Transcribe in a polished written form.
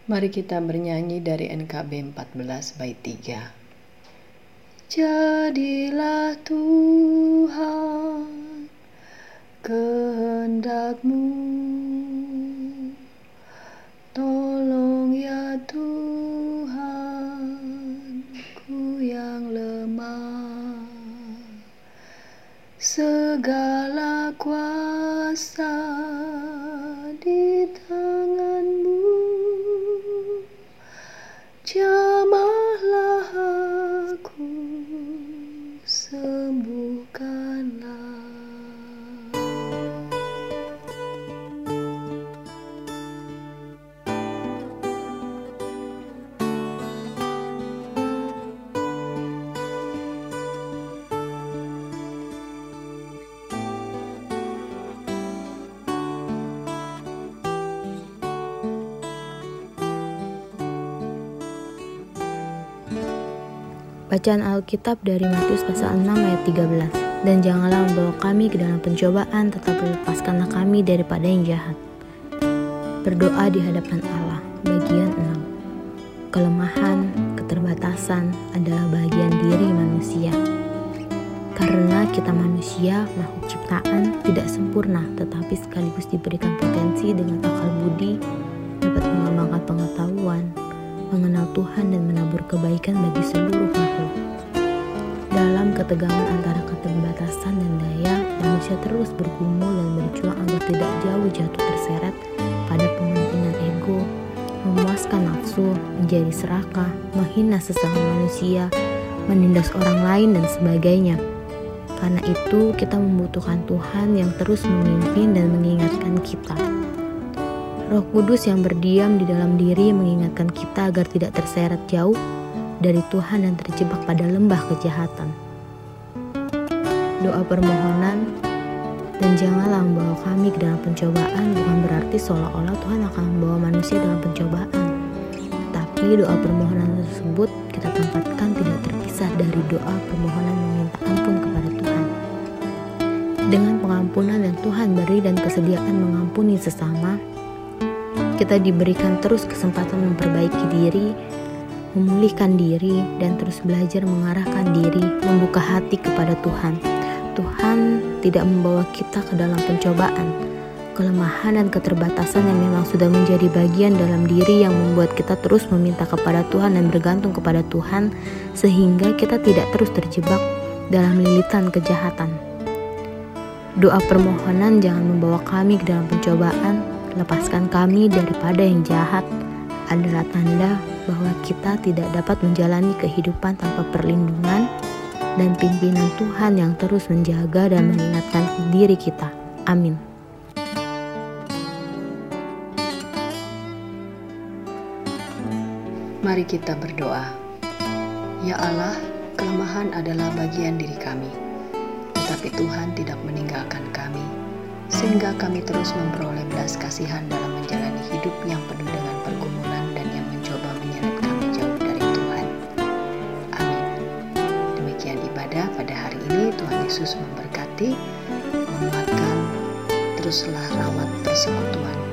Mari kita bernyanyi dari NKB 14 bait 3. Jadilah Tuhan kehendak-Mu, tolong ya Tuhan ku yang lemah, segala kuasa di tangan-Mu, jamahlah aku, sembuhkanlah. Bacaan Alkitab dari Matius pasal 6 ayat 13. Dan janganlah membawa kami ke dalam pencobaan, tetapi lepaskanlah kami daripada yang jahat. Berdoa di hadapan Allah, bagian 6. Kelemahan, keterbatasan adalah bagian diri manusia. Karena kita manusia, makhluk ciptaan, tidak sempurna, tetapi sekaligus diberikan potensi dengan akal budi, dapat mengembangkan pengetahuan, mengenal Tuhan dan menabur kebaikan bagi seluruh makhluk. Dalam ketegangan antara keterbatasan dan daya, manusia terus bergumul dan berjuang agar tidak jauh jatuh terseret pada kepentingan ego, memuaskan nafsu, menjadi serakah, menghina sesama manusia, menindas orang lain dan sebagainya. Karena itu kita membutuhkan Tuhan yang terus memimpin dan mengingatkan kita. Roh Kudus yang berdiam di dalam diri mengingatkan kita agar tidak terseret jauh dari Tuhan dan terjebak pada lembah kejahatan. Doa permohonan, dan janganlah membawa kami ke dalam pencobaan, bukan berarti seolah-olah Tuhan akan membawa manusia dalam pencobaan. Tetapi doa permohonan tersebut kita tempatkan tidak terpisah dari doa permohonan meminta ampun kepada Tuhan. Dengan pengampunan yang Tuhan beri dan kesediaan mengampuni sesama, kita diberikan terus kesempatan memperbaiki diri, memulihkan diri, dan terus belajar mengarahkan diri, membuka hati kepada Tuhan. Tuhan tidak membawa kita ke dalam pencobaan, kelemahan dan keterbatasan yang memang sudah menjadi bagian dalam diri yang membuat kita terus meminta kepada Tuhan dan bergantung kepada Tuhan, sehingga kita tidak terus terjebak dalam lilitan kejahatan. Doa permohonan jangan membawa kami ke dalam pencobaan, lepaskan kami daripada yang jahat, adalah tanda bahwa kita tidak dapat menjalani kehidupan tanpa perlindungan dan pimpinan Tuhan yang terus menjaga dan mengingatkan diri kita. Amin. Mari kita berdoa. Ya Allah, kelemahan adalah bagian diri kami, tetapi Tuhan tidak meninggalkan kami, sehingga kami terus memperoleh belas kasihan dalam menjalani hidup yang penuh dengan pergumulan dan yang mencoba menyeret kami jauh dari Tuhan. Amin. Demikian ibadah pada hari ini. Tuhan Yesus memberkati, menguatkan, teruslah rawat persekutuan